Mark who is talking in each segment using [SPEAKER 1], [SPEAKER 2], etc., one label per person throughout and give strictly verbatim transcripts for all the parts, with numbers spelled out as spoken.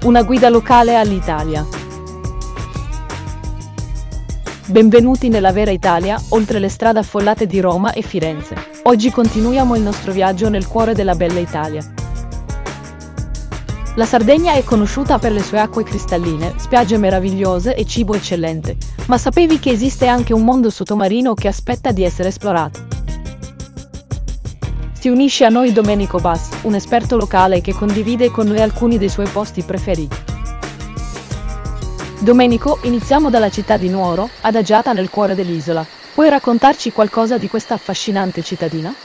[SPEAKER 1] una guida locale all'Italia. Benvenuti nella vera Italia, oltre le strade affollate di Roma e Firenze. Oggi continuiamo il nostro viaggio nel cuore della bella Italia. La Sardegna è conosciuta per le sue acque cristalline, spiagge meravigliose e cibo eccellente. Ma sapevi che esiste anche un mondo sottomarino che aspetta di essere esplorato? Si unisce a noi Domenico Bass, un esperto locale che condivide con noi alcuni dei suoi posti preferiti. Domenico, iniziamo dalla città di Nuoro, adagiata nel cuore dell'isola. Puoi raccontarci qualcosa di questa affascinante cittadina?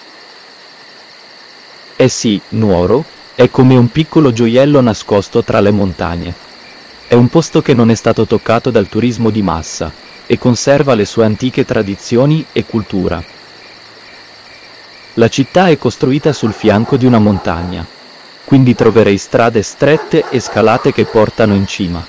[SPEAKER 2] Eh sì, Nuoro è come un piccolo gioiello nascosto tra le montagne. È un posto che non è stato toccato dal turismo di massa e conserva le sue antiche tradizioni e cultura. La città è costruita sul fianco di una montagna, quindi troverei strade strette e scalate che portano in cima.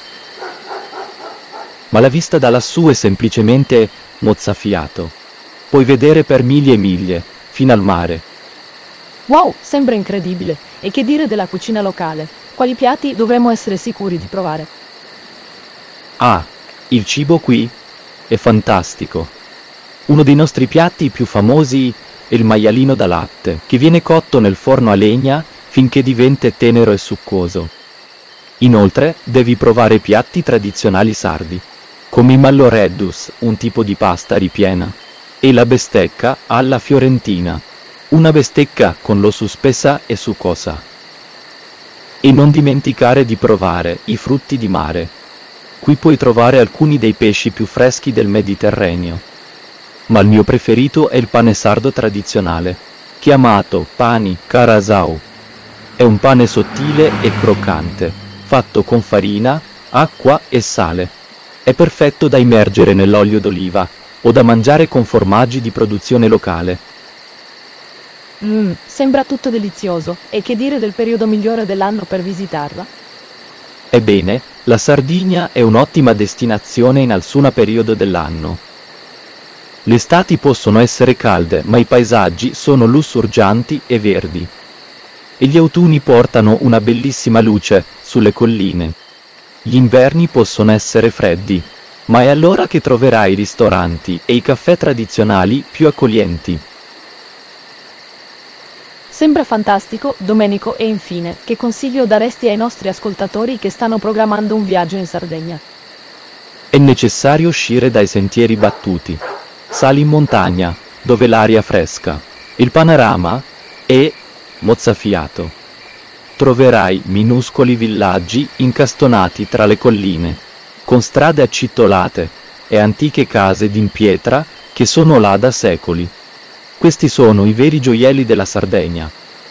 [SPEAKER 2] Ma la vista da lassù è semplicemente mozzafiato. Puoi vedere per miglia e miglia, fino al mare.
[SPEAKER 1] Wow, sembra incredibile! E che dire della cucina locale? Quali piatti dovremmo essere sicuri di provare?
[SPEAKER 2] Ah, il cibo qui è fantastico. Uno dei nostri piatti più famosi è il maialino da latte, che viene cotto nel forno a legna finché diventa tenero e succoso. Inoltre, devi provare piatti tradizionali sardi, come il malloreddus, un tipo di pasta ripiena, e la bestecca alla fiorentina, una bestecca con l'osso spessa e succosa. E non dimenticare di provare i frutti di mare. Qui puoi trovare alcuni dei pesci più freschi del Mediterraneo. Ma il mio preferito è il pane sardo tradizionale, chiamato pani carasau. È un pane sottile e croccante, fatto con farina, acqua e sale. È perfetto da immergere nell'olio d'oliva o da mangiare con formaggi di produzione locale.
[SPEAKER 1] Mmm, sembra tutto delizioso. E che dire del periodo migliore dell'anno per visitarla?
[SPEAKER 2] Ebbene, la Sardegna è un'ottima destinazione in nessun periodo dell'anno. Le estati possono essere calde, ma i paesaggi sono lussureggianti e verdi. E gli autunni portano una bellissima luce sulle colline. Gli inverni possono essere freddi, ma è allora che troverai i ristoranti e i caffè tradizionali più accoglienti.
[SPEAKER 1] Sembra fantastico, Domenico, e infine, che consiglio daresti ai nostri ascoltatori che stanno programmando un viaggio in Sardegna?
[SPEAKER 2] È necessario uscire dai sentieri battuti. Sali in montagna, dove l'aria fresca. Il panorama è mozzafiato. Troverai minuscoli villaggi incastonati tra le colline, con strade accitolate e antiche case in pietra che sono là da secoli. Questi sono i veri gioielli della Sardegna.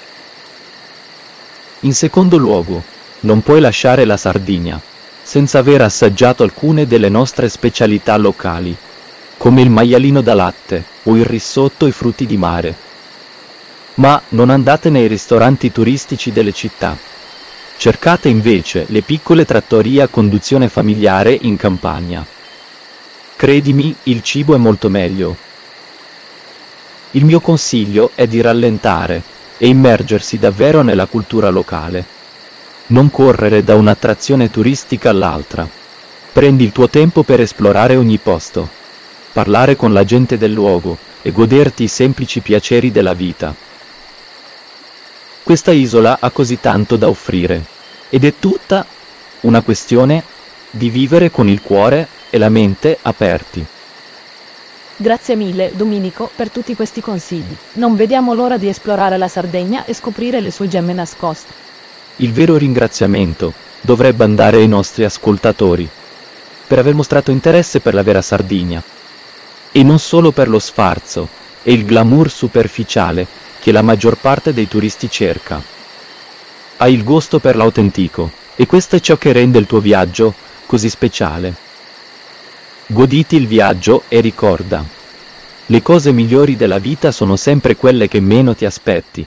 [SPEAKER 2] In secondo luogo, non puoi lasciare la Sardegna senza aver assaggiato alcune delle nostre specialità locali, come il maialino da latte o il risotto e frutti di mare. Ma non andate nei ristoranti turistici delle città. Cercate invece le piccole trattorie a conduzione familiare in campagna. Credimi, il cibo è molto meglio. Il mio consiglio è di rallentare e immergersi davvero nella cultura locale. Non correre da un'attrazione turistica all'altra. Prendi il tuo tempo per esplorare ogni posto, parlare con la gente del luogo e goderti i semplici piaceri della vita. Questa isola ha così tanto da offrire, ed è tutta una questione di vivere con il cuore e la mente aperti.
[SPEAKER 1] Grazie mille, Domenico, per tutti questi consigli. Non vediamo l'ora di esplorare la Sardegna e scoprire le sue gemme nascoste.
[SPEAKER 2] Il vero ringraziamento dovrebbe andare ai nostri ascoltatori, per aver mostrato interesse per la vera Sardegna, e non solo per lo sfarzo e il glamour superficiale che la maggior parte dei turisti cerca. Hai il gusto per l'autentico, e questo è ciò che rende il tuo viaggio così speciale. Goditi il viaggio e ricorda, le cose migliori della vita sono sempre quelle che meno ti aspetti.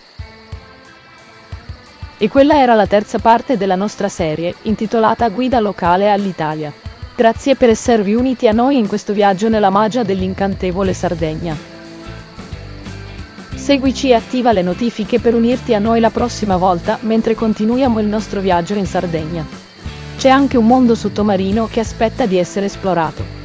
[SPEAKER 1] E quella era la terza parte della nostra serie, intitolata Guida locale all'Italia. Grazie per esservi uniti a noi in questo viaggio nella magia dell'incantevole Sardegna. Seguici e attiva le notifiche per unirti a noi la prossima volta mentre continuiamo il nostro viaggio in Sardegna. C'è anche un mondo sottomarino che aspetta di essere esplorato.